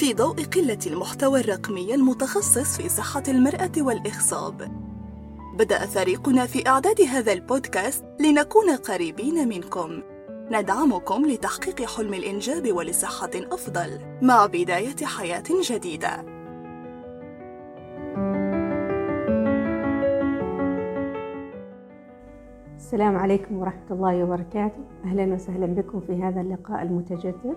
في ضوء قلة المحتوى الرقمي المتخصص في صحة المرأة والإخصاب، بدأ فريقنا في إعداد هذا البودكاست لنكون قريبين منكم، ندعمكم لتحقيق حلم الإنجاب ولصحة أفضل مع بداية حياة جديدة. السلام عليكم ورحمة الله وبركاته. أهلا وسهلا بكم في هذا اللقاء المتجدد.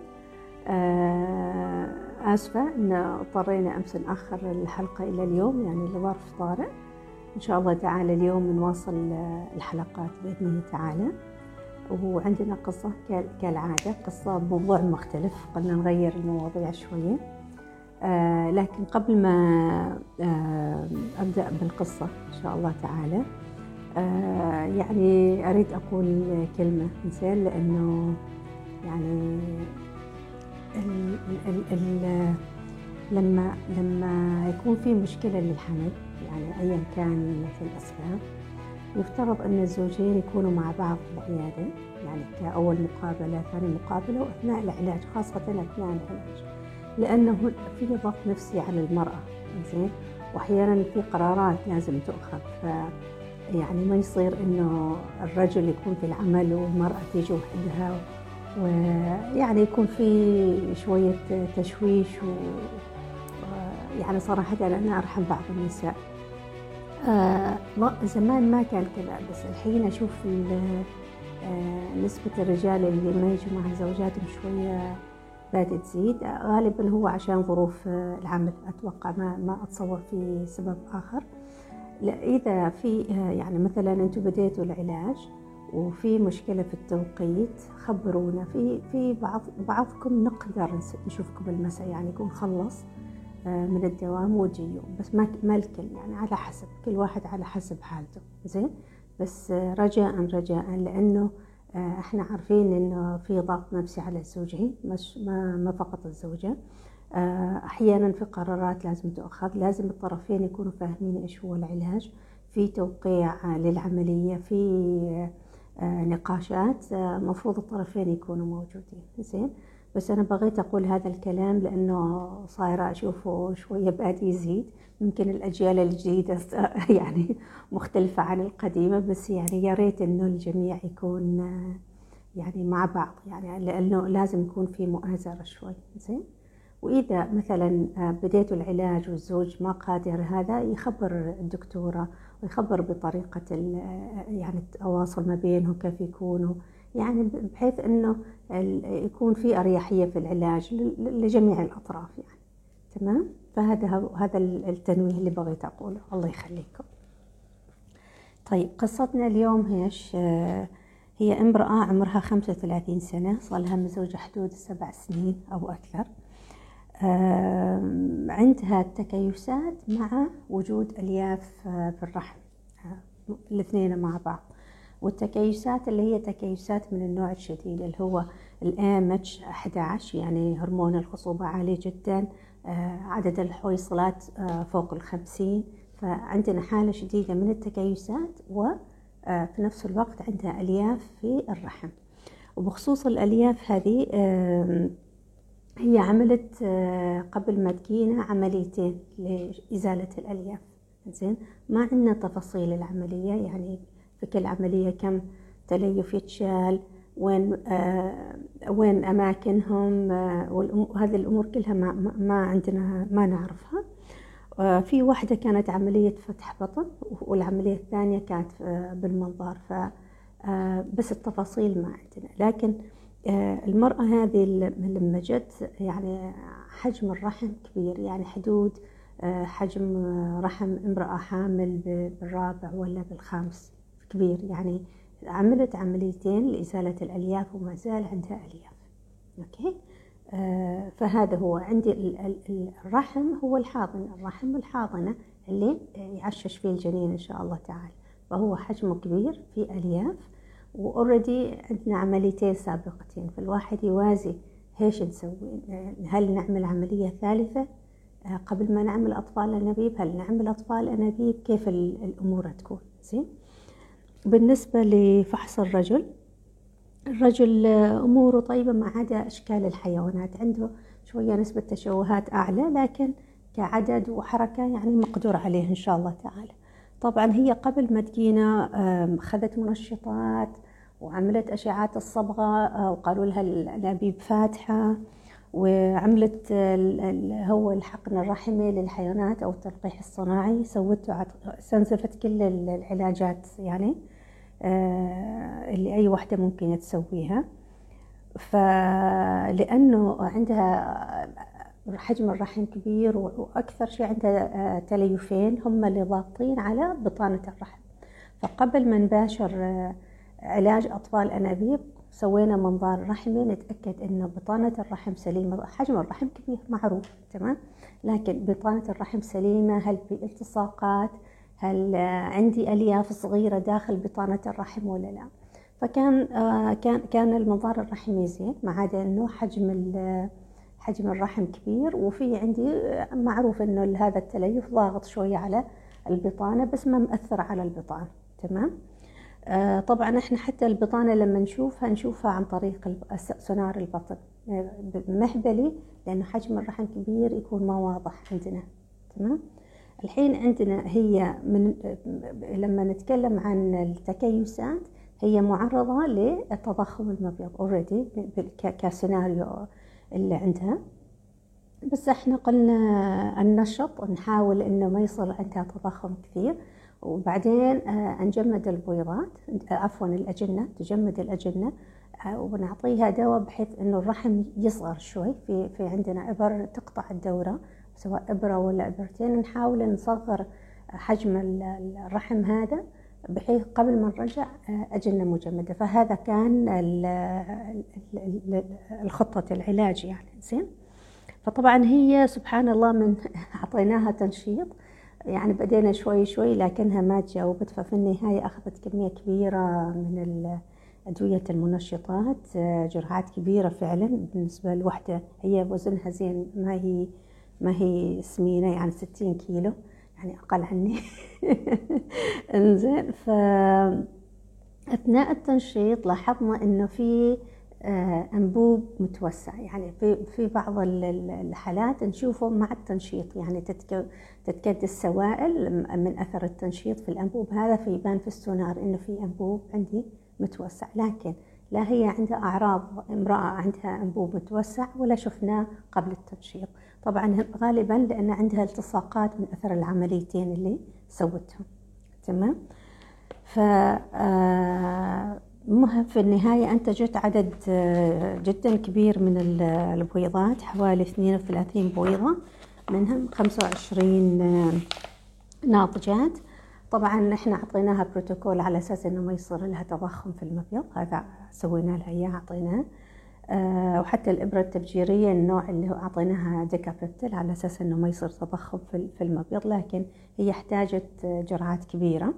آسفة أن اضطرينا أمس نأخر الحلقة إلى اليوم، يعني لظرف طارئ. إن شاء الله تعالى اليوم نواصل الحلقات بإذنه تعالى. وعندنا قصة كالعادة، قصة بموضوع مختلف، قلنا نغير المواضيع شوية. لكن قبل ما أبدأ بالقصة إن شاء الله تعالى، يعني أريد أقول كلمة مثال، لأنه يعني لما يكون في مشكلة للحمل، يعني أيا كان مثل الأسباب، يفترض أن الزوجين يكونوا مع بعض في العيادة، يعني كأول مقابلة، ثاني مقابلة، وأثناء العلاج، خاصة أثناء العلاج، لأنه في ضغط نفسي على المرأة، زين، وأحيانا في قرارات لازم تؤخذ، يعني ما يصير إنه الرجل يكون في العمل والمرأة تيجي وحدها، ويعني يكون في شوية تشويش، يعني صراحة أنا أرحم بعض النساء. زمان ما كان كذا، بس الحين أشوف نسبة الرجال اللي ما يجوا مع زوجاتهم شوية بدأت تزيد. غالبا هو عشان ظروف العمل، أتوقع، ما أتصور في سبب آخر. لا، إذا في يعني مثلا أنتم بديتوا العلاج وفي مشكلة في التوقيت، خبرونا. في بعضكم نقدر نشوفكم المساء، يعني يكون خلص من الدوام وجيوا، بس ما الكل، يعني على حسب كل واحد على حسب حالته، زين. بس رجاء لأنه احنا عارفين إنه في ضغط نفسي على الزوجين، مش ما فقط الزوجة. أحيانا في قرارات لازم تؤخذ، لازم الطرفين يكونوا فاهمين إيش هو العلاج، في توقيع للعملية، في نقاشات، مفروض الطرفين يكونوا موجودين، زين. بس أنا بغيت أقول هذا الكلام لأنه صايرة أشوفه شوية بادي يزيد، يمكن الأجيال الجديدة يعني مختلفة عن القديمة، بس يعني يا ريت إنه الجميع يكون يعني مع بعض، يعني لأنه لازم يكون في مؤازرة شوي، زين. وإذا مثلا بديتوا العلاج والزوج ما قادر، هذا يخبر الدكتورة ويخبر بطريقة يعني التواصل ما بينهم، كيف يكونوا، يعني بحيث أنه يكون في أريحية في العلاج لجميع الأطراف، يعني تمام. فهذا التنويه اللي بغيت أقوله. الله يخليكم. طيب، قصتنا اليوم هي امرأة عمرها 35 سنة، صار لها مزوجة حدود 7 سنين أو أكثر. عندها تكيسات مع وجود ألياف في الرحم، الاثنين مع بعض. والتكيسات اللي هي تكيسات من النوع الشديد، اللي هو الAMH 11، يعني هرمون الخصوبة عالي جدا، عدد الحويصلات فوق 50. فعندنا حالة شديدة من التكيسات، وفي نفس الوقت عندها ألياف في الرحم. وبخصوص الألياف هذه، هي عملت قبل ما تجينا عمليتين لإزالة الألياف، زين. ما عندنا تفاصيل العملية، يعني في كل عملية كم تليف يتشال، وين أماكنهم، وهذه الأمور كلها ما عندنا، ما نعرفها. في واحدة كانت عملية فتح بطن، والعملية الثانية كانت بالمنظار، بس التفاصيل ما عندنا. لكن المرأة هذه لما جت، يعني حجم الرحم كبير، يعني حدود حجم رحم امرأة حامل بالرابع ولا بالخامس، كبير. يعني عملت عمليتين لإزالة الألياف وما زال عندها ألياف. أوكي. فهذا هو عندي الرحم، هو الحاضنة، الرحم الحاضنة اللي يعشش فيه الجنين إن شاء الله تعالى، فهو حجمه كبير في ألياف. وأوريدي عندنا عمليتين سابقتين، فالواحد يوازي إيش نسوي. هل نعمل عملية ثالثة قبل ما نعمل أطفال أنابيب؟ هل نعمل أطفال أنابيب؟ كيف الأمور تكون؟ زين. بالنسبة لفحص الرجل أموره طيبة، ما عدا أشكال الحيوانات. عنده شوية نسبة تشوهات أعلى، لكن كعدد وحركة يعني مقدور عليه إن شاء الله تعالى. طبعا هي قبل ما تجينا أخذت منشطات وعملت أشعات الصبغة، وقالوا لها الأنابيب فاتحة، وعملت هو الحقن الرحمي للحيوانات أو التلقيح الصناعي، استنزفت كل العلاجات يعني اللي أي واحدة ممكن تسويها. فلأنه عندها حجم الرحم كبير، وأكثر شيء عندها تليفين هم اللي ضاغطين على بطانة الرحم. فقبل ما نباشر علاج أطفال أنابيب سوينا منظار رحمي نتأكد إنه بطانة الرحم سليمة. حجم الرحم كبير معروف تمام، لكن بطانة الرحم سليمة، هل في التصاقات، هل عندي ألياف صغيرة داخل بطانة الرحم ولا لا. فكان كان المنظار الرحمي زين، ما عدا إنه حجم الرحم كبير، وفي عندي معروف إنه هذا التليف ضاغط شوية على البطانة بس ما مأثر على البطانة تمام. طبعا احنا حتى البطانة لما نشوفها عن طريق سونار البطن مهبلي، لأنه حجم الرحم كبير يكون ما واضح عندنا تمام. الحين عندنا هي لما نتكلم عن التكيسات هي معرضة للتضخم المبيض اوريدي كسيناريو اللي عندها، بس احنا قلنا النشط نحاول انه ما يصير عندها تضخم كثير، وبعدين نجمد البويضات، عفوا الأجنة، تجمد الأجنة، ونعطيها دواء بحيث إنه الرحم يصغر شوي. في عندنا إبر تقطع الدورة، سواء إبرة ولا إبرتين، نحاول نصغر حجم الرحم هذا بحيث قبل ما نرجع أجنة مجمدة. فهذا كان الخطة العلاج يعني زين. فطبعا هي سبحان الله من أعطيناها تنشيط يعني بدينا شوي شوي لكنها ما تجاوبت، ففي النهاية أخذت كمية كبيرة من أدوية المنشطات، جرعات كبيرة فعلا بالنسبة لوحدة. هي وزنها زين، ما هي سمينة يعني 60 كيلو، يعني أقل عني انزين. فأثناء التنشيط لاحظنا إنه في أنبوب متوسع، يعني في بعض الحالات نشوفه مع التنشيط، يعني تتكدس سوائل من أثر التنشيط في الأنبوب هذا، فيبان في السونار إنه في أنبوب عندي متوسع، لكن لا هي عندها أعراض امرأة عندها أنبوب متوسع ولا شفناه قبل التنشيط. طبعا غالبا لأن عندها التصاقات من أثر العمليتين اللي سوتهم تمام. مهم في النهاية أنتجت عدد جدا كبير من البويضات، حوالي 32 بويضة، منهم 25 ناضجات. طبعا احنا اعطيناها بروتوكول على اساس انه ما يصير لها تضخم في المبيض، هذا سوينا لها اياه اعطيناه. وحتى الابره التبجيريه النوع اللي هو اعطيناها ديكابريبتل على اساس انه ما يصير تضخم في المبيض، لكن هي احتاجت جرعات كبيره.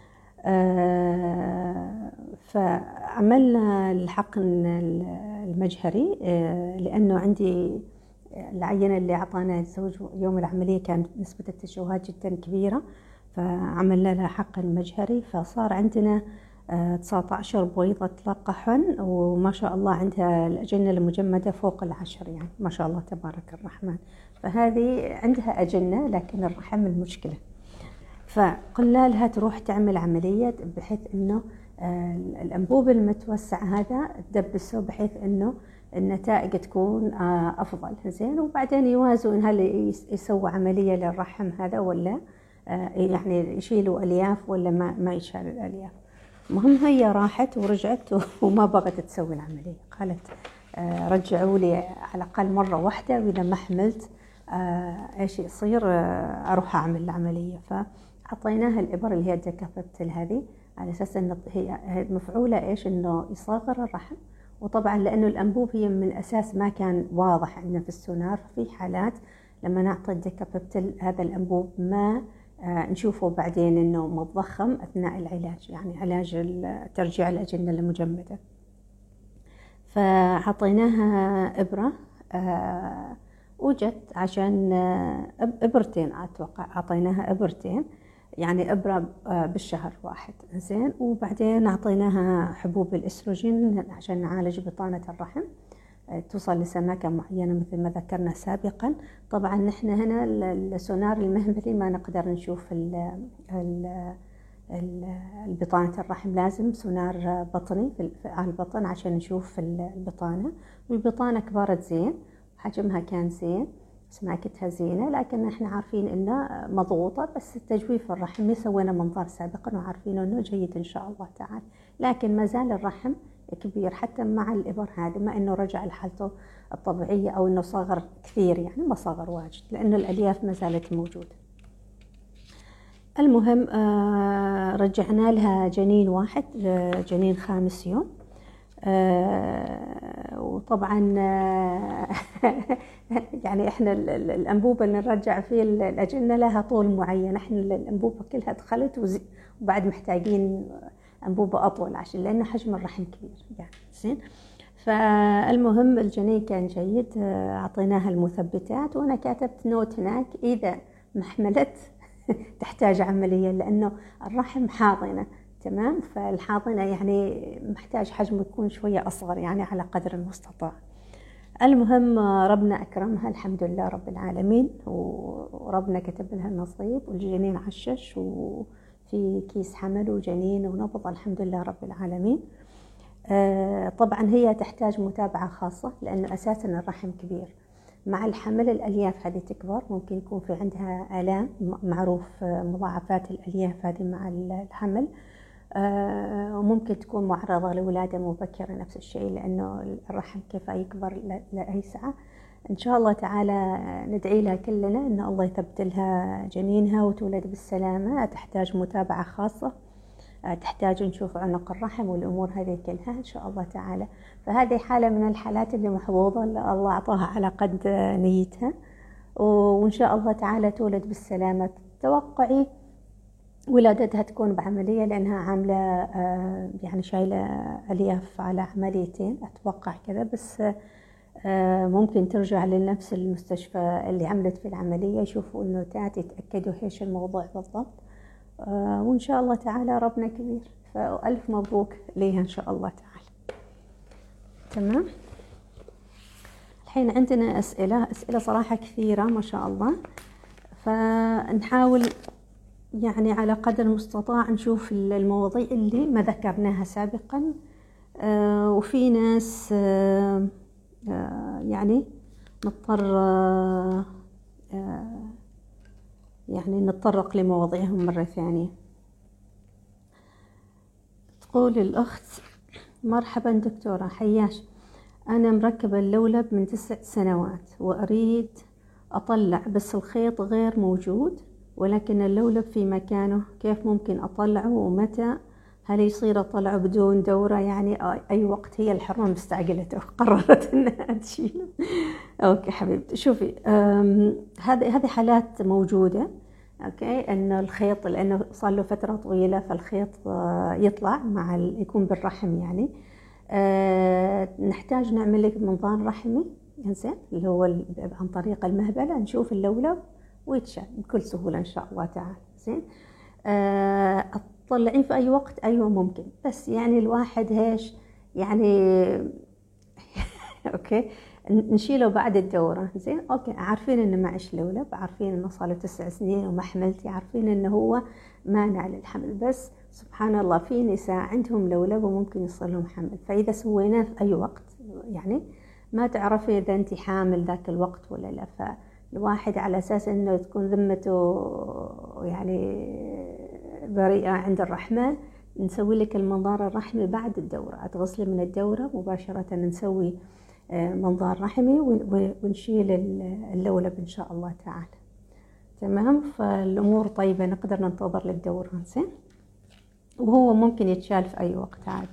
فعملنا الحقن المجهري لانه عندي العينه اللي اعطانا الزوج يوم العمليه كانت نسبه التشوهات جدا كبيره، فعملنا لها حقن مجهري، فصار عندنا 19 بويضة تلقحن، وما شاء الله عندها الأجنة المجمدة فوق 10 يعني ما شاء الله تبارك الرحمن. فهذه عندها أجنة لكن الرحم المشكلة. فقلنا لها تروح تعمل عملية بحيث أنه الأنبوب المتوسع هذا تدبسه بحيث أنه النتائج تكون أفضل زين، وبعدين يوازوا هل يسووا عملية للرحم هذا ولا يعني يشيلوا ألياف ولا ما يشال الألياف. مهم هي راحت ورجعت وما بغت تسوي العملية، قالت رجعوا لي على الأقل مرة واحدة، وإذا ما حملت إيش يصير أروح أعمل العملية. فعطيناها الإبر اللي هي الديكابريبتل هذه على أساس إنه هي مفعولة إيش إنه يصغر الرحم. وطبعا لأنه الأنبوب هي من الأساس ما كان واضح عندنا في السونار، في حالات لما نعطي الديكابريبتل هذا الأنبوب ما نشوفه بعدين إنه متضخم أثناء العلاج، يعني علاج ترجيع الأجنة المجمدة. فعطيناها إبرة وجت عشان إبرتين، أتوقع عطيناها إبرتين يعني إبرة بالشهر واحد زين. وبعدين أعطيناها حبوب الإستروجين عشان نعالج بطانة الرحم توصل لسماكة معينة مثل ما ذكرنا سابقا. طبعا نحن هنا السونار المهبلي ما نقدر نشوف البطانة الرحم، لازم سونار بطني على البطن عشان نشوف البطانة. والبطانة كبرت زين، حجمها كان زين، سماكتها زينة، لكن احنا عارفين انها مضغوطة، بس التجويف الرحمي سوينا منظار سابقا وعارفين انه جيد ان شاء الله تعالى. لكن ما زال الرحم كبير حتى مع الإبر هذه، ما انه رجع لحالته الطبيعية او انه صغر كثير، يعني ما صغر واجد لانه الالياف ما زالت موجودة. المهم رجعنا لها جنين واحد، جنين 5 يوم. وطبعا يعني احنا الانبوبه اللي نرجع فيه الاجنه لها طول معين، احنا الانبوبه كلها دخلت وبعد محتاجين انبوبه اطول عشان لان حجم الرحم كبير يعني زين. فالمهم الجنين كان جيد، اعطيناها المثبتات، وانا كاتبت نوت هناك اذا ما حملت تحتاج عمليه لانه الرحم حاضنه، تمام. فالحاضنة يعني محتاج حجمه يكون شوية أصغر يعني على قدر المستطاع. المهم ربنا أكرمها الحمد لله رب العالمين، وربنا كتب لها النصيب، والجنين عشش وفي كيس حمل وجنين ونبض الحمد لله رب العالمين. طبعا هي تحتاج متابعة خاصة لأنه أساسا الرحم كبير، مع الحمل الألياف هذه تكبر، ممكن يكون في عندها آلام، معروف مضاعفات الألياف هذه مع الحمل. وممكن تكون معرضة لولادة مبكرة نفس الشيء، لأنه الرحم كيف يكبر لأي ساعة. إن شاء الله تعالى ندعي لها كلنا إن الله يثبت لها جنينها وتولد بالسلامة. تحتاج متابعة خاصة، تحتاج نشوف عنق الرحم والأمور هذه كلها إن شاء الله تعالى. فهذه حالة من الحالات اللي محظوظة الله أعطاها على قد نيتها، وإن شاء الله تعالى تولد بالسلامة. توقعي ولادتها تكون بعملية لأنها عاملة يعني شايلة ألياف على عمليتين أتوقع كذا، بس ممكن ترجع لنفس المستشفى اللي عملت في العملية يشوفوا النوتات يتأكدوا إيش الموضوع بالضبط. وإن شاء الله تعالى ربنا كبير، فألف مبروك ليها إن شاء الله تعالى. تمام. الحين عندنا أسئلة صراحة كثيرة ما شاء الله، فنحاول يعني على قدر المستطاع نشوف المواضيع اللي ما ذكرناها سابقا. وفي ناس يعني نضطر يعني نتطرق لمواضيعهم مرة ثانية. تقول الأخت: مرحبا دكتورة، حياش، أنا مركبة اللولب من 9 سنوات وأريد أطلع بس الخيط غير موجود، ولكن اللولب في مكانه، كيف ممكن أطلعه ومتى؟ هل يصير أطلعه بدون دورة؟ يعني أي وقت هي الحرمة مستعجلته قررت أنها تشيله. أوكي حبيبتي، شوفي هذه حالات موجودة، أوكي، أن الخيط لأنه صار له فترة طويلة فالخيط يطلع مع يكون بالرحم يعني. نحتاج نعمل لك منظار رحمي إنزين اللي هو عن طريق المهبلة، نشوف اللولب ويتشال بكل سهولة إن شاء الله تعالى. زين. تطلعيه في أي وقت، أيوة ممكن، بس يعني الواحد هيش يعني أوكي نشيله بعد الدورة. زين أوكي، عارفين إنه معش لولب، عارفين إنه صار له 9 سنين وما حملتي، عارفين إنه هو مانع للحمل، بس سبحان الله في نساء عندهم لولب وممكن يصير لهم حمل. فإذا سويناه في أي وقت يعني ما تعرفي إذا أنت حامل ذاك الوقت ولا لا، فالواحد على أساس إنه تكون ذمته يعني بريئة عند الرحمن نسوي لك المنظار الرحمي بعد الدورة. تغسلي من الدورة مباشرة نسوي منظار رحمي ونشيل اللولب إن شاء الله تعالى. تمام. فالأمور طيبة، نقدر ننتظر للدورة. زين. وهو ممكن يتشال في أي وقت عادي.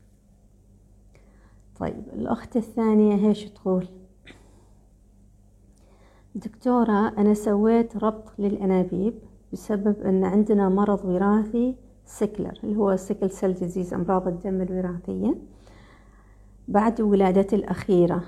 طيب الأخت الثانية هيش تقول: دكتورة، أنا سويت ربط للأنابيب بسبب أن عندنا مرض وراثي سكلر اللي هو سيكل سيل ديزيز، أمراض الدم الوراثية، بعد ولادتي الأخيرة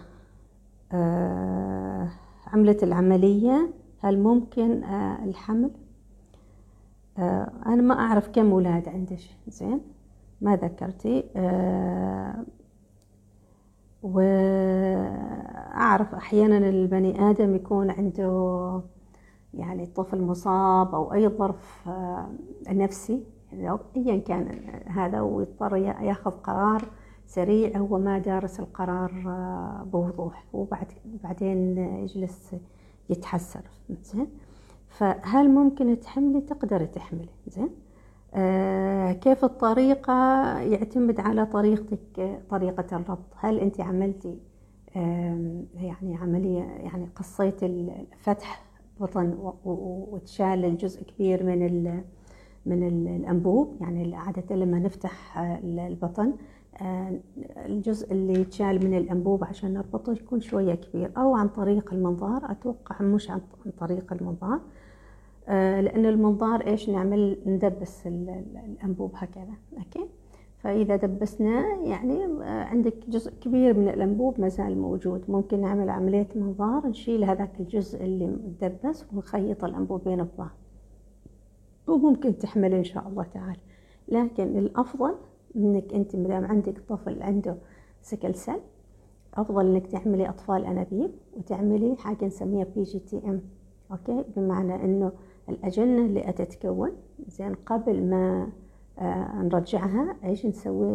عملت العملية، هل ممكن الحمل؟ أنا ما أعرف كم ولاد عندك. زين ما ذكرتي. وأعرف أحيانا البني آدم يكون عنده يعني طفل مصاب أو أي ظرف نفسي أيا كان هذا، ويضطر ياخذ قرار سريع هو ما دارس القرار بوضوح، وبعدين يجلس يتحسر. زين، فهل ممكن تحملي؟ تقدر تحملي. زين، كيف الطريقة؟ يعتمد على طريقة الربط. هل أنت عملتي يعني عملية، يعني قصيت الفتح بطن وتشال الجزء كبير من الأنبوب؟ يعني عادة لما نفتح البطن الجزء اللي يتشال من الأنبوب عشان نربطه يكون شوية كبير، أو عن طريق المنظار. أتوقع مش عن طريق المنظار، لأن المنظار إيش نعمل؟ ندبس الأنبوب هكذا. أوكي، فإذا دبسناه يعني عندك جزء كبير من الأنبوب مازال موجود، ممكن نعمل عملية منظار، نشيل هذاك الجزء اللي مدبس ونخيط الأنبوبين ببعض، وممكن تحمل إن شاء الله تعالى. لكن الأفضل إنك أنت مدام عندك طفل عنده سكل سل، أفضل إنك تعملي أطفال أنابيب، وتعملي حاجة نسميها PGTM. أوكي، بمعنى إنه الأجنة اللي تتكون زين قبل ما نرجعها، إيش نسوي؟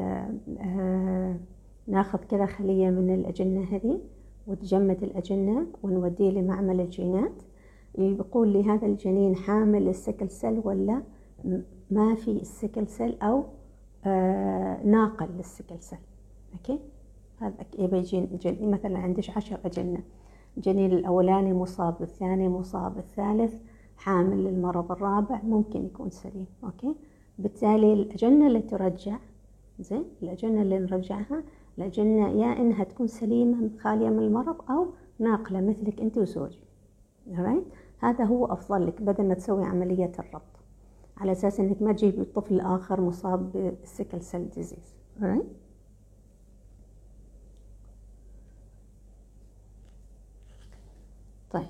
ناخذ كذا خلية من الأجنة هذه وتجمد الأجنة ونوديه لمعمل الجينات، يقول لي هذا الجنين حامل السكل سل ولا ما في السكل سل، أو ناقل للسكل سل. أوكي، هذا يبي يجي مثلا عندش 10 أجنة، الجنين الأولاني مصاب، الثاني مصاب، الثالث حامل للمرض، الرابع ممكن يكون سليم. أوكي، بالتالي الأجنة اللي ترجع، زين، الأجنة اللي نرجعها الأجنة يا إنها تكون سليمة خالية من المرض أو ناقلة مثلك أنت وزوجك. هذا هو أفضل لك بدل ما تسوي عملية الربط، على أساس إنك ما تجيب طفل آخر مصاب بالسكل سيل ديزيز. طيب،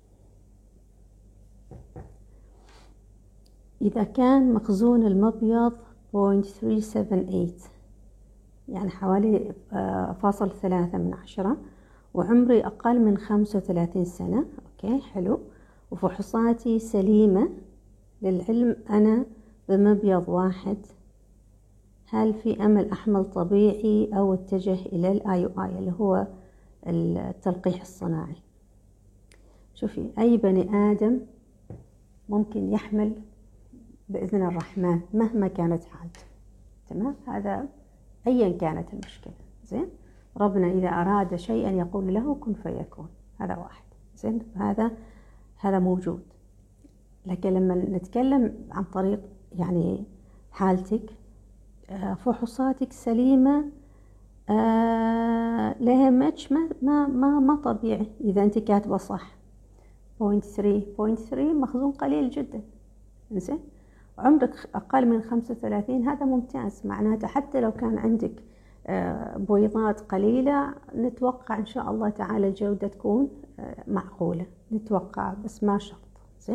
إذا كان مخزون المبيض 0.378 يعني حوالي 0.3 وعمري أقل من 35 سنة، أوكي حلو، وفحوصاتي سليمة، للعلم أنا بمبيض واحد، هل في أمل أحمل طبيعي أو اتجه إلى الIUI اللي هو التلقيح الصناعي؟ شوفي، أي بني آدم ممكن يحمل بإذن الرحمن مهما كانت حالته، تمام؟ هذا أيا كانت المشكلة. زين، ربنا إذا أراد شيئا يقول له كن فيكون، هذا واحد. زين، هذا موجود. لكن لما نتكلم عن طريق يعني حالتك، فحوصاتك سليمة، لها ماتش ما طبيعي. إذا أنت كاتبة صح 0.3 مخزون قليل جدا. زين، عمرك أقل من 35 هذا ممتاز، معناته حتى لو كان عندك بويضات قليلة نتوقع إن شاء الله تعالى الجودة تكون معقولة، نتوقع بس ما شرط. زين،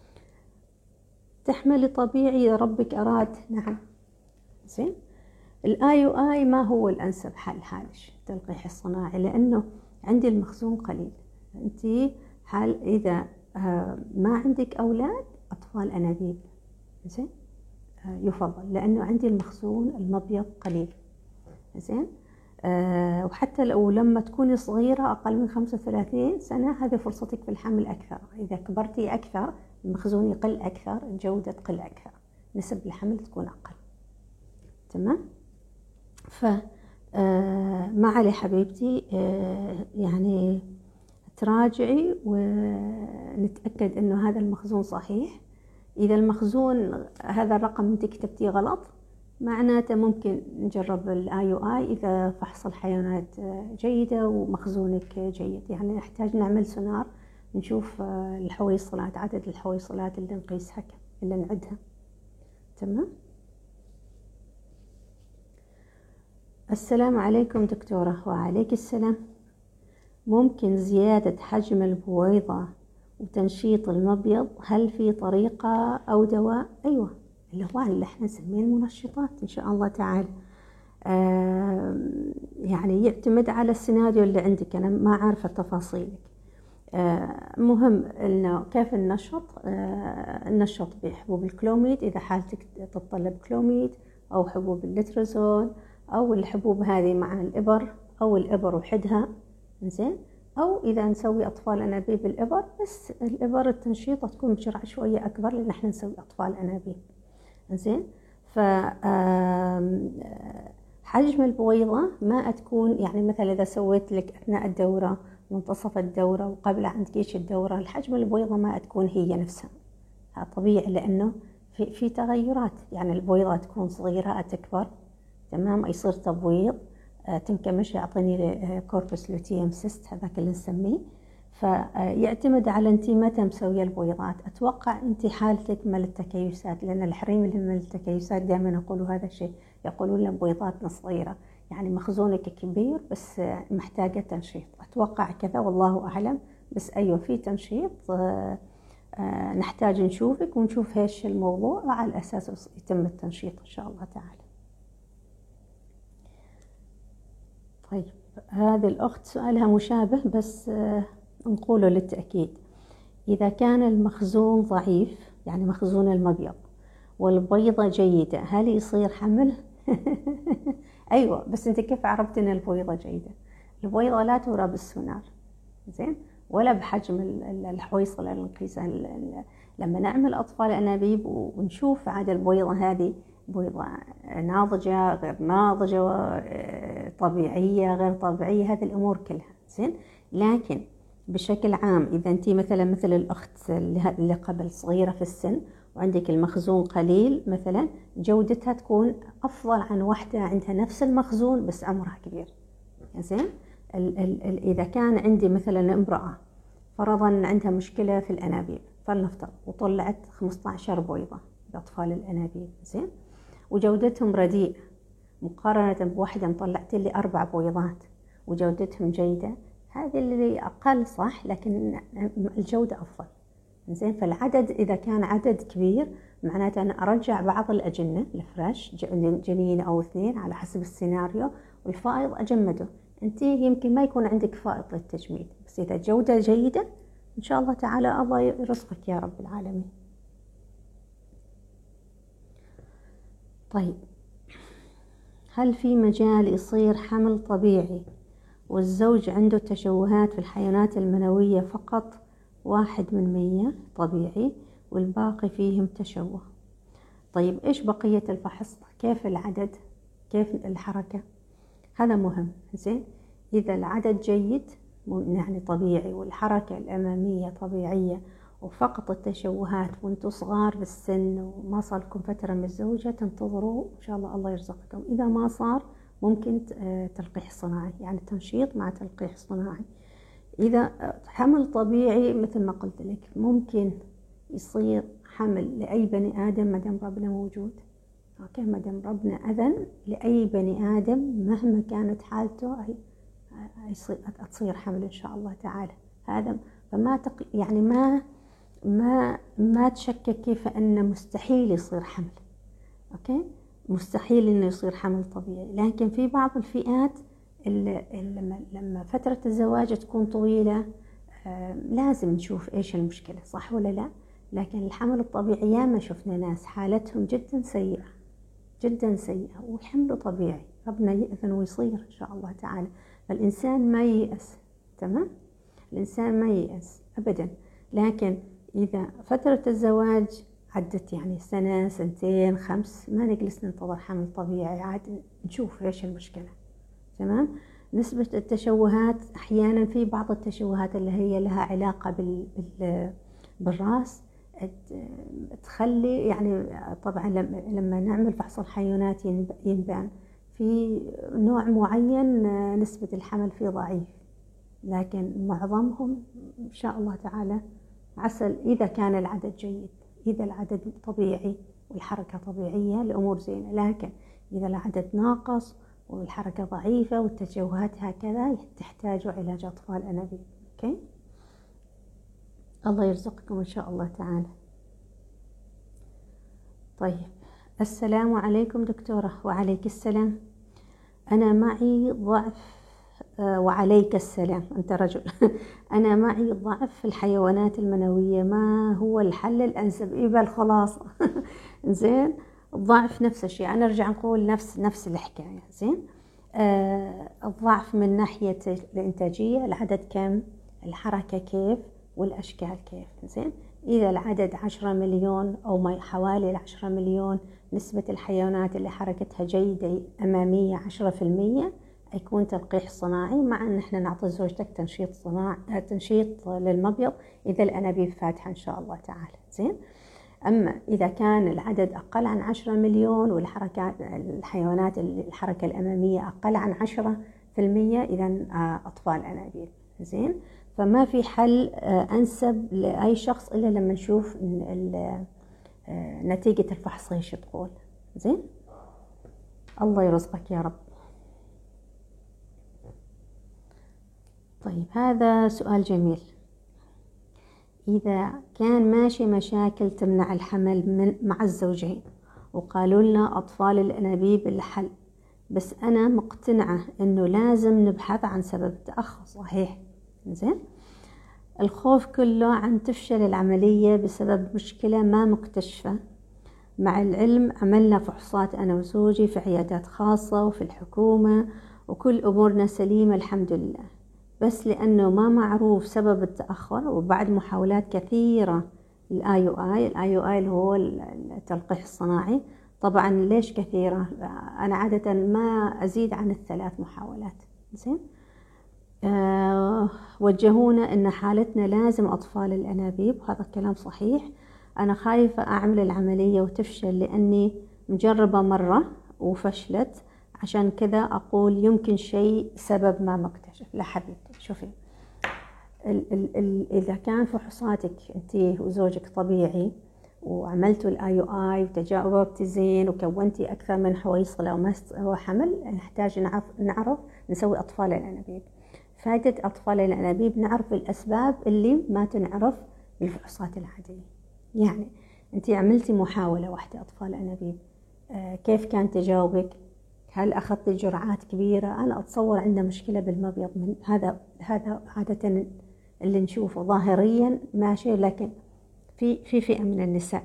تحملي طبيعي إذا ربك أراد، نعم. زين، الIUI ما هو الأنسب حل حالش التلقيح الصناعي، لأنه عندي المخزون قليل. أنت حال إذا ما عندك أولاد، أطفال أنابيب، زين، يفضل، لأنه عندي المخزون المبيض قليل. زين، وحتى لو لما تكوني صغيرة أقل من 35 سنة هذه فرصتك في الحمل أكثر. إذا كبرتي أكثر المخزون يقل أكثر، الجودة تقل أكثر، نسب الحمل تكون أقل. تمام؟ ما علي حبيبتي، يعني تراجعي ونتأكد إنه هذا المخزون صحيح. إذا المخزون هذا الرقم أنت كتبتيه غلط، معناته ممكن نجرب الIUI إذا فحص الحيوانات جيدة ومخزونك جيد. يعني نحتاج نعمل سونار نشوف الحويصلات، عدد الحويصلات اللي نقيسها اللي نعدها. تمام؟ السلام عليكم دكتورة. وعليك السلام. ممكن زيادة حجم البويضة وتنشيط المبيض، هل في طريقة أو دواء؟ أيوة، اللي هو اللي احنا نسميه المنشطات إن شاء الله تعالى. يعني يعتمد على السيناريو اللي عندك، أنا ما عارفة تفاصيلك. مهم إنه كيف النشط. النشط بحبوب الكلوميد إذا حالتك تتطلب كلوميد، أو حبوب اللترزول، أو الحبوب هذه مع الإبر، أو الإبر وحدها، زين. أو إذا نسوي أطفال أنابيب الإبر، بس الإبر التنشيطة تكون بجرعة شوية أكبر لأن إحنا نسوي أطفال أنابيب، زين. ف حجم البويضة ما تكون يعني مثلا إذا سويت لك أثناء الدورة، منتصف الدورة، وقبل عند كيش الدورة، الحجم البويضة ما تكون هي نفسها. هذا طبيعي لأنه في تغيرات، يعني البويضة تكون صغيرة تكبر، تمام، يصير تبويض، تنكمش، يعطيني كوربس لوتيوم سيست، هذاك اللي نسميه. فيعتمد على انت متى مسويه البويضات. اتوقع انت حالتك مال التكيسات، لان الحريم اللي من التكيسات دائما يقولوا هذا الشيء، يقولون لنا بويضاتنا صغيره، يعني مخزونك كبير بس محتاجه تنشيط. اتوقع كذا والله اعلم، بس ايوه في تنشيط. نحتاج نشوفك ونشوف ايش الموضوع، وعلى اساسه يتم التنشيط ان شاء الله تعالى. طيب، هذه الأخت سؤالها مشابه بس نقوله للتأكيد. إذا كان المخزون ضعيف، يعني مخزون المبيض، والبيضة جيدة، هل يصير حمل؟ أيوة، بس أنت كيف عرفت أن البيضة جيدة؟ البيضة لا ترى بالسونار، زين، ولا بحجم الحويصلة اللي نقيسها. لما نعمل أطفال أنابيب ونشوف عاد البيضة هذه بيضة ناضجة غير ناضجة، طبيعية غير طبيعية، هذه الأمور كلها، زين. لكن بشكل عام إذا أنت مثل الأخت اللي قبل صغيرة في السن وعندك المخزون قليل مثلا، جودتها تكون أفضل عن واحدة عندها نفس المخزون بس عمرها كبير، زين. إذا كان عندي مثلا امرأة فرضا عندها مشكلة في الأنابيب فلنفترض، وطلعت 15 بويضة بأطفال الأنابيب، زين، وجودتهم رديئة مقارنة بواحدة مطلعت لي 4 بويضات وجودتهم جيدة، هذه اللي أقل صح، لكن الجودة أفضل، زين. فالعدد إذا كان عدد كبير معناته أنا أرجع بعض الأجنة الفريش، جنين أو 2 على حسب السيناريو، والفائض أجمده. أنت يمكن ما يكون عندك فائض للتجميد، بس إذا جودة جيدة إن شاء الله تعالى الله يرزقك يا رب العالمين. طيب، هل في مجال يصير حمل طبيعي والزوج عنده تشوهات في الحيوانات المنوية فقط 1% طبيعي والباقي فيهم تشوه؟ طيب، إيش بقية الفحص؟ كيف العدد؟ كيف الحركة؟ هذا مهم، زين. إذا العدد جيد يعني طبيعي والحركة الأمامية طبيعية وفقط التشوهات وانتم صغار بالسن وما صار لكم فترة متزوجة، تنتظروا إن شاء الله الله يرزقكم. إذا ما صار ممكن تلقيح صناعي، يعني تنشيط مع تلقيح صناعي. إذا حمل طبيعي مثل ما قلت لك ممكن يصير حمل لأي بني آدم ما دام ربنا موجود، أوكي، ما دام ربنا أذن لأي بني آدم مهما كانت حالته تصير حمل إن شاء الله تعالى. هذا فما يعني ما تشككي في أنه مستحيل يصير حمل، أوكي، مستحيل إنه يصير حمل طبيعي. لكن في بعض الفئات لما فترة الزواج تكون طويلة لازم نشوف إيش المشكلة، صح ولا لا؟ لكن الحمل الطبيعي ياما شفنا ناس حالتهم جدا سيئة جدا سيئة وحمل طبيعي، ربنا يأذن ويصير إن شاء الله تعالى. فالإنسان ما ييأس، تمام، الإنسان ما ييأس أبدا. لكن إذا فترة الزواج عدت يعني 1 2 5 ما نجلس ننتظر حمل طبيعي، عاد نشوف إيش المشكلة، تمام. نسبة التشوهات أحيانا في بعض التشوهات اللي هي لها علاقة بالرأس تخلي، يعني طبعا لما نعمل فحص الحيوانات ينبان في نوع معين نسبة الحمل فيه ضعيف، لكن معظمهم إن شاء الله تعالى عسل إذا كان العدد جيد، إذا العدد طبيعي والحركة طبيعية الأمور زينة. لكن إذا العدد ناقص والحركة ضعيفة والتشوهات هكذا تحتاجوا علاج أطفال أنابيب، أوكي. الله يرزقكم إن شاء الله تعالى. طيب، السلام عليكم دكتورة. وعليك السلام. أنا معي ضعف وعليك السلام، أنت رجل. أنا معي ضعف في الحيوانات المنوية، ما هو الحل الأنسب؟ إيه الخلاصة؟ زين، الضعف نفس الشيء، أنا أرجع نقول نفس الحكاية. زين، الضعف من ناحية الإنتاجية، العدد كم، الحركة كيف، والأشكال كيف. زين، إذا العدد 10 مليون أو ما حوالي 10 مليون، نسبة الحيوانات اللي حركتها جيدة أمامية 10%، يكون تلقيح صناعي، مع أن احنا نعطي زوجتك تنشيط للمبيض إذا الأنابيب فاتحة إن شاء الله تعالى. زين، أما إذا كان العدد أقل عن 10 مليون الحيوانات الحركة الأمامية أقل عن 10%، إذا أطفال أنابيب. زين، فما في حل أنسب لأي شخص إلا لما نشوف نتيجة الفحص ايش تقول. زين، الله يرزقك يا رب. طيب، هذا سؤال جميل. إذا كان ماشي مشاكل تمنع الحمل مع الزوجين، وقالوا لنا أطفال الأنابيب الحل، بس أنا مقتنعة إنه لازم نبحث عن سبب التأخر. صحيح. زين، الخوف كله عن تفشل العملية بسبب مشكلة ما مكتشفة. مع العلم عملنا فحوصات أنا وزوجي في عيادات خاصة وفي الحكومة، وكل أمورنا سليمة الحمد لله، بس لأنه ما معروف سبب التأخر، وبعد محاولات كثيرة الIUI اللي هو التلقيح الصناعي. طبعا ليش كثيرة؟ أنا عادة ما أزيد عن 3 محاولات. زين، وجهونا إن حالتنا لازم أطفال الأنابيب، وهذا الكلام صحيح. أنا خايفة أعمل العملية وتفشل لأني مجربة مرة وفشلت، عشان كذا أقول يمكن شيء سبب ما مكتشف. لا حبيبتي، شوفي، إذا كان فحوصاتك أنت وزوجك طبيعي، وعملتوا الIUI وتجاوبت زين، وكونتي أكثر من حويصلة وما هو حمل، نحتاج نعرف نسوي أطفال الأنابيب. فائدة أطفال الأنابيب نعرف الأسباب اللي ما تنعرف بالفحوصات العادية. يعني أنت عملتي محاولة واحدة أطفال أنابيب، كيف كان تجاوبك؟ هل أخذتي جرعات كبيرة؟ أنا أتصور عندنا مشكلة بالمبيض، من هذا عادة اللي نشوفه ظاهريا ماشي، لكن في فئة من النساء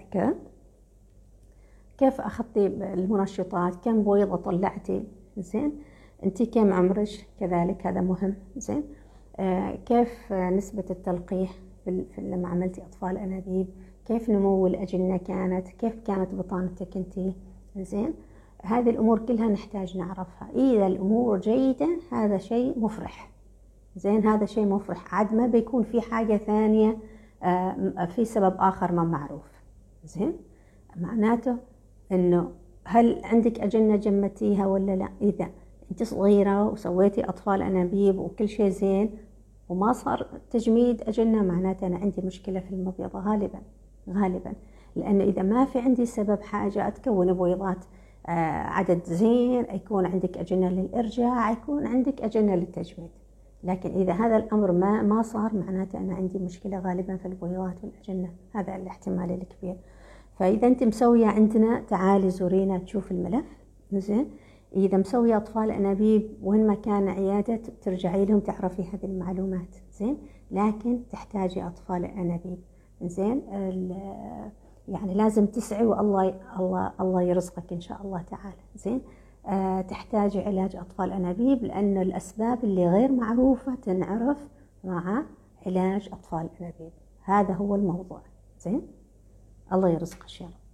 كيف أخذتي المنشطات؟ كم بويضة طلعتي؟ زين، أنت كم عمرك؟ كذلك هذا مهم. زين، كيف نسبة التلقيح لما عملتي أطفال أنابيب؟ كيف نمو الأجنة كانت؟ كيف كانت بطانتك أنت؟ زين، هذه الأمور كلها نحتاج نعرفها. إذا الأمور جيدة هذا شيء مفرح. زين، هذا شيء مفرح، عاد ما بيكون في حاجة ثانية، في سبب آخر ما معروف. زين، معناته إنه هل عندك أجنة جمتيها ولا لا؟ إذا أنت صغيرة وسويتي أطفال أنابيب وكل شيء زين وما صار تجميد أجنة، معناته أنا عندي مشكلة في المبيضة غالبا، لأنه إذا ما في عندي سبب حاجة أتكون بويضات عدد زين، يكون عندك أجنة للإرجاع، يكون عندك أجنة للتجميد. لكن إذا هذا الأمر ما صار، معناته أنا عندي مشكلة غالبا في البويضات والأجنة، هذا الاحتمال الكبير. فإذا أنت مسوية عندنا، تعالي زورينا تشوف الملف. زين، إذا مسوية أطفال أنابيب وين ما كان عيادة، ترجعي لهم تعرفي هذه المعلومات. زين، لكن تحتاجي أطفال أنابيب. زين، يعني لازم تسعي، والله يرزقك إن شاء الله تعالى. زين، تحتاجي علاج أطفال أنابيب، لأن الأسباب اللي غير معروفة تنعرف مع علاج أطفال أنابيب. هذا هو الموضوع. زين، الله يرزقك إن شاء الله.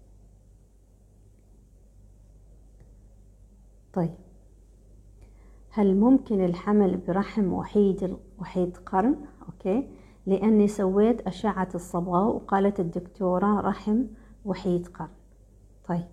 طيب، هل ممكن الحمل برحم وحيد قرن؟ أوكي، لأني سويت أشعة الصبغة وقالت الدكتورة رحم وحيد قرن. طيب،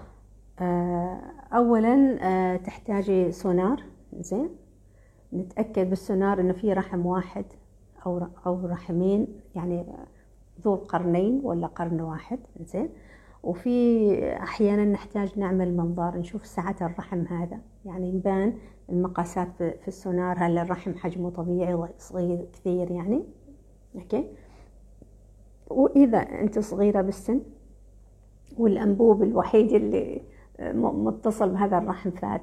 أولا تحتاجي سونار. زين، نتأكد بالسونار إنه في رحم واحد أو رحمين، يعني ذو قرنين ولا قرن واحد. زين، وفي أحيانا نحتاج نعمل منظار نشوف سعة الرحم، هذا يعني نبان المقاسات في السونار، هل الرحم حجمه طبيعي صغير كثير يعني. أوكي، وإذا أنت صغيرة بالسن والأنبوب الوحيد اللي متصل بهذا الرحم فاتح،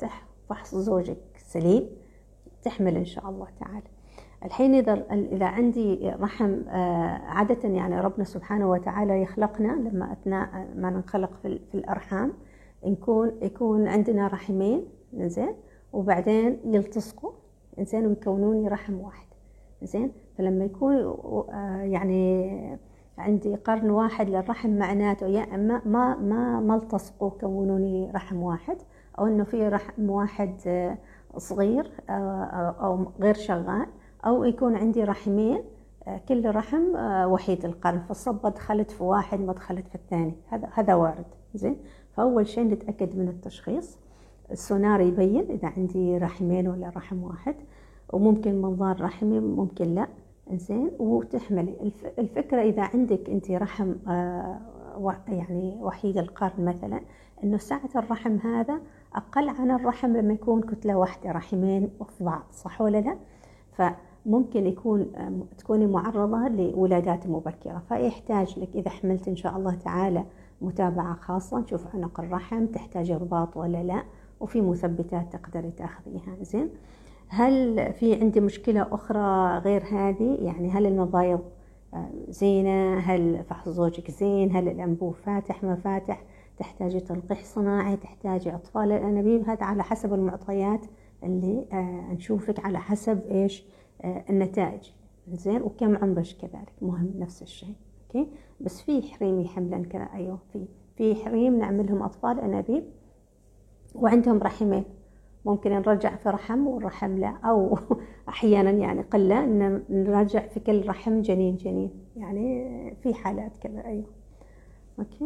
فحص زوجك سليم تحمل إن شاء الله تعالى. الحين إذا عندي رحم، عادة يعني ربنا سبحانه وتعالى يخلقنا لما أثناء ما ننخلق في الأرحام يكون عندنا رحمين، إنزين، وبعدين يلتصقوا، إنزين، ويكونون رحم واحد، إنزين. فلما يكون يعني عندي قرن واحد للرحم، معناته يا اما ما التصقوا كونوني رحم واحد، او انه في رحم واحد صغير او غير شغال، او يكون عندي رحمين كل رحم وحيد القرن، فالصبة دخلت في واحد ما دخلت في الثاني. هذا وارد، زين. فاول شيء نتاكد من التشخيص. السونار يبين اذا عندي رحمين ولا رحم واحد، وممكن منظار رحمي ممكن لا، إنزين. وتحملي الفكرة إذا عندك أنت رحم يعني وحيد القرن مثلا، إنه سعة الرحم هذا أقل عن الرحم لما يكون كتلة واحدة، رحمين في بعض، صح ولا لا؟ فممكن تكوني معرضة لولادات مبكرة، فيحتاج لك إذا حملت إن شاء الله تعالى متابعة خاصة، نشوف عنق الرحم تحتاج رباط ولا لا، وفي مثبتات تقدري تاخذيها، زين. هل في عندي مشكلة أخرى غير هذه؟ يعني هل المبايض زينة؟ هل فحص زوجك زين؟ هل الأنبوب فاتح ما فاتح؟ تحتاجي تلقيح صناعي؟ تحتاجي أطفال الأنابيب؟ هذا على حسب المعطيات اللي نشوفك، على حسب إيش النتائج، زين. وكم عمرك كذلك مهم نفس الشيء، أوكي. بس في حريم يحملن كذا، أيوه، في حريم نعملهم أطفال أنابيب وعندهم رحمين، ممكن نرجع في رحم والرحم لا، أو أحيانا يعني قلة إن نرجع في كل رحم جنين، يعني في حالات كذا، أيوه، أوكي.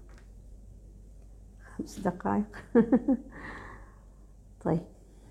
5 دقائق. طيب،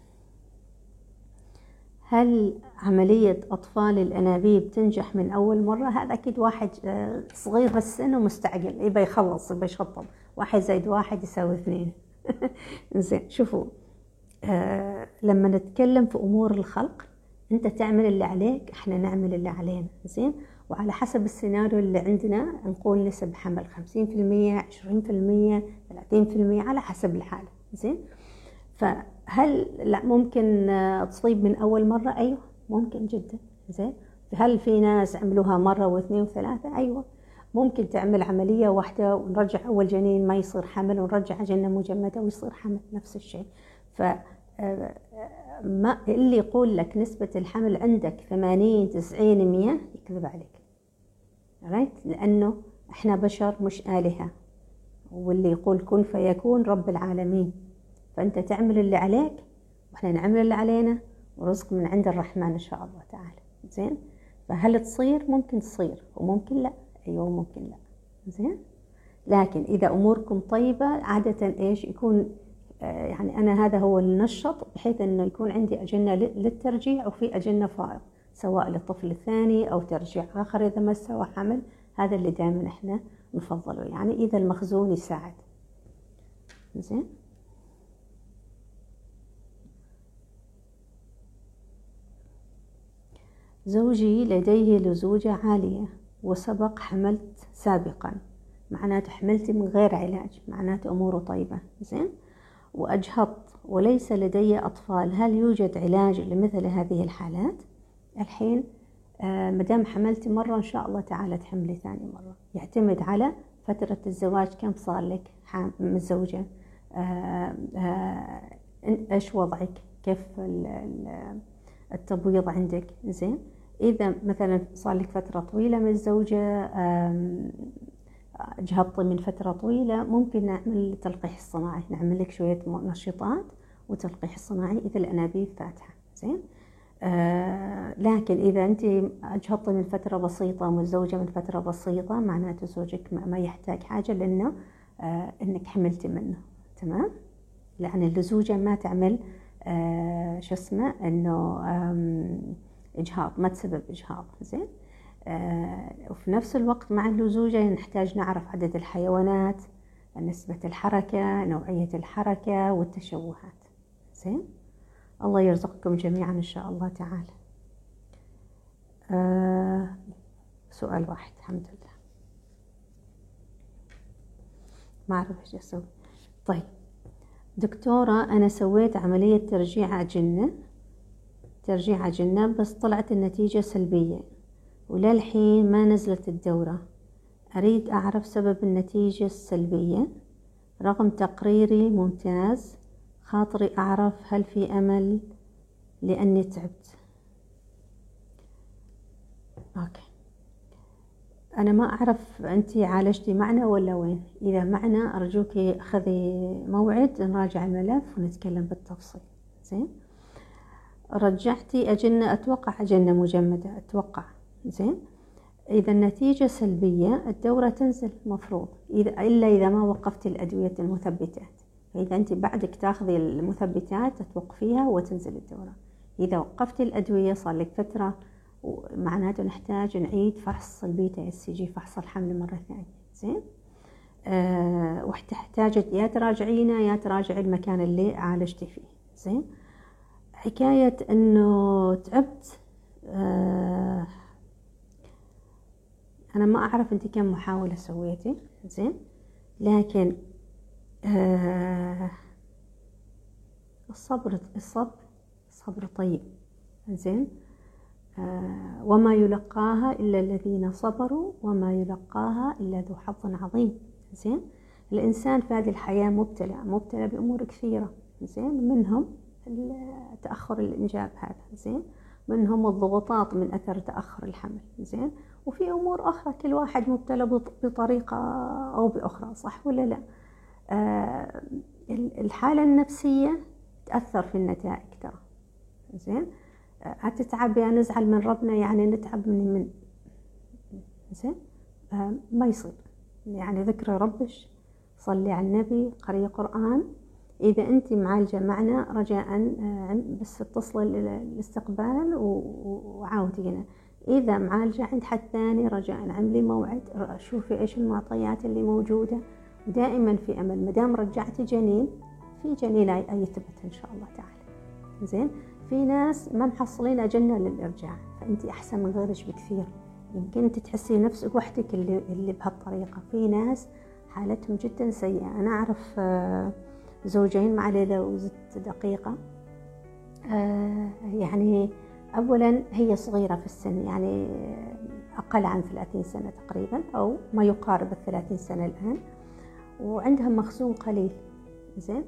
هل عملية أطفال الأنابيب تنجح من أول مرة؟ هذا أكيد واحد صغير في السن ومستعجل يبي يخلص، يبي يشطب، 1 زائد 1 يساوي 2. زين، شوفوا، لما نتكلم في أمور الخلق، أنت تعمل اللي عليك، إحنا نعمل اللي علينا، زين. وعلى حسب السيناريو اللي عندنا نقول نسب حمل 50%، 20%، 30%، على حسب الحالة، زين. فهل لا ممكن تصيب من أول مرة؟ أيوة ممكن جدا، زين. هل في ناس عملوها مرة واثنين وثلاثة؟ أيوة. ممكن تعمل عملية واحدة ونرجع أول جنين ما يصير حمل، ونرجع جنة مجمدة ويصير حمل، نفس الشيء. ما اللي يقول لك نسبة الحمل عندك 80 90 100 يكذب عليك، لأنه إحنا بشر مش آلهة، واللي يقول كن فيكون رب العالمين. فأنت تعمل اللي عليك وإحنا نعمل اللي علينا، ورزق من عند الرحمن إن شاء الله تعالى، زين. فهل تصير؟ ممكن تصير وممكن لا، أيوة ممكن لا، زين. لكن إذا أموركم طيبة عادة إيش يكون، يعني أنا هذا هو النشط، بحيث أنه يكون عندي أجنة للترجيع وفي أجنة فائض، سواء للطفل الثاني أو ترجيع آخر إذا ما استوى حمل. هذا اللي دائما إحنا نفضله، يعني إذا المخزون يساعد، زين. زوجي لديه لزوجة عالية وسبق حملت سابقا، معناته حملتي من غير علاج، معناته أموره طيبة، زين. وأجهضت وليس لدي أطفال، هل يوجد علاج لمثل هذه الحالات؟ الحين مدام حملتي مرة إن شاء الله تعالى تحملي ثاني مرة، يعتمد على فترة الزواج، كم صار لك متزوجة، إيش وضعك، كيف التبويض عندك، زين. إذا مثلا صار لك فترة طويلة متزوجة، جهضتي من فترة طويلة، ممكن نعمل تلقيح الصناعي، نعمل لك شوية منشطات وتلقيح الصناعي إذا الأنابيب فاتحة، زين. لكن إذا أنت جهضتي من فترة بسيطة ومتزوجة من فترة بسيطة، معناته زوجك ما يحتاج حاجة، لأنه إنك حملتي منه، تمام. لأن اللزوجة ما تعمل شو اسمه إنه إجهاض، ما تسبب إجهاض، زين. وفي نفس الوقت مع اللزوجة نحتاج نعرف عدد الحيوانات، نسبة الحركة، نوعية الحركة والتشوهات، زين. الله يرزقكم جميعا إن شاء الله تعالى. سؤال واحد الحمد لله، ما أعرف إيش أسوي. طيب، دكتورة أنا سويت عملية ترجيع أجنة بس طلعت النتيجة سلبية وللحين ما نزلت الدورة. أريد أعرف سبب النتيجة السلبية رغم تقريري ممتاز. خاطري أعرف هل في أمل لأني تعبت. أوكي. أنا ما أعرف أنتي عالجتي معنا ولا وين. إذا معنا أرجوكي أخذي موعد نراجع الملف ونتكلم بالتفصيل. زين. رجعتي أجنة، أتوقع أجنة مجمدة أتوقع. زين. إذا النتيجة سلبية الدورة تنزل مفروض، إلا إذا ما وقفتي الأدوية المثبتات. فإذا أنت بعدك تاخذي المثبتات توقفيها وتنزل الدورة. إذا وقفتي الأدوية صار لك فترة معناته نحتاج نعيد فحص البيتا SCG، فحص الحمل مرة ثانية. زين. وتحتاج يا تراجعينا يا تراجعي المكان اللي عالجتي فيه. زين. حكاية إنه تعبت، أنا ما أعرف أنت كم محاولة سويتي. زين. لكن الصبر طيب. زين. وما يلقاها إلا الذين صبروا وما يلقاها إلا ذو حظ عظيم. زين. الإنسان في هذه الحياة مبتلى بأمور كثيرة. زين. منهم تأخر الإنجاب هذا. زين. منهم الضغوطات من أثر تأخر الحمل. زين. وفي أمور أخرى كل واحد مبتلى بطريقة أو بأخرى، صح ولا لا؟ الحالة النفسية تأثر في النتائج ترى. زين. هتتعب يعني نزعل من ربنا يعني نتعب من زين. ما يصير يعني ذكر ربش، صلي على النبي، قرئي قرآن. إذا أنت معالجة معنا رجاء بس اتصلي الاستقبال وعاودينا. إذا معالجة عند حد ثاني رجاء عملي موعد، شوفي إيش المعطيات اللي موجودة. ودائما في أمل، مدام رجعتي جنين في جنين يثبت إن شاء الله تعالى. زين. في ناس ما محصلين أجنة للإرجاع، فأنت أحسن من غيرك بكثير. يمكن أنت تحسي نفسك وحدك اللي بهالطريقة. في ناس حالتهم جدا سيئة. أنا أعرف زوجين مع ليلة وزت دقيقة. يعني أولا هي صغيرة في السن، يعني أقل عن 30 سنة تقريبا أو ما يقارب 30 سنة الآن، وعندها مخزون قليل. زين.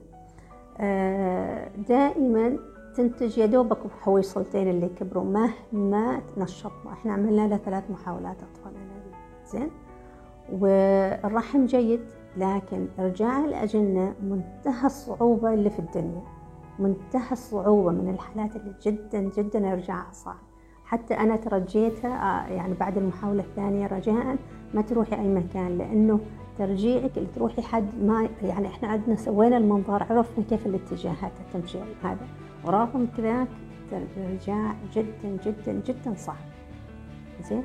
دائما تنتج يا دوبك حويصلتين اللي كبروا مهما نشطنا. احنا عملنا لها 3 محاولات أطفال أنابيب. زين. والرحم جيد، لكن إرجاع الأجنة منتهى الصعوبة اللي في الدنيا، منتهى الصعوبة، من الحالات اللي جدا جدا إرجاعها صعب. حتى أنا ترجيتها يعني بعد المحاولة الثانية رجاء ما تروحي أي مكان، لأنه ترجيعك اللي تروحي حد ما يعني إحنا عندنا سوينا المنظار عرفنا كيف الاتجاهات تمشي هذا، ورغم كذاك الإرجاع جدا جدا جدا صعب. زين.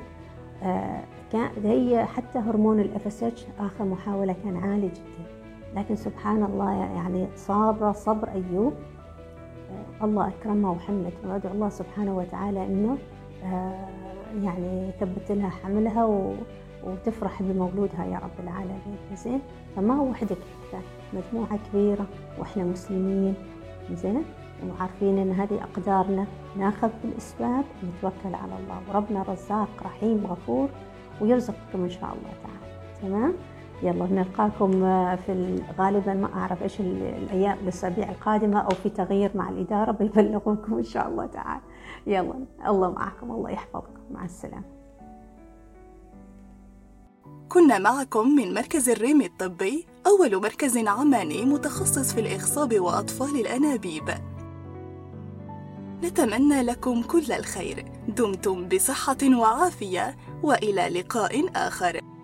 هي حتى هرمون الFSH آخر محاولة كان عالي جدا، لكن سبحان الله يعني صابرة صبر أيوب. الله أكرمها وحملت، وأدعو الله سبحانه وتعالى إنه يعني يثبت لها حملها وتفرح بمولودها يا رب العالمين. زين. فما هو وحدك، مجموعة كبيرة وإحنا مسلمين. زين. وعارفين إن هذه أقدارنا، ناخذ بالأسباب ونتوكل على الله، وربنا رزاق رحيم غفور ويرزقكم إن شاء الله تعالى. تمام. يلا نلقاكم في غالبا ما أعرف إيش الأيام الأسابيع القادمة، أو في تغيير مع الإدارة بيبلغونكم إن شاء الله تعالى. يلا الله معكم، الله يحفظكم، مع السلامة. كنا معكم من مركز الريم الطبي، أول مركز عماني متخصص في الإخصاب وأطفال الأنابيب. نتمنى لكم كل الخير. دمتم بصحة وعافية، وإلى لقاء آخر.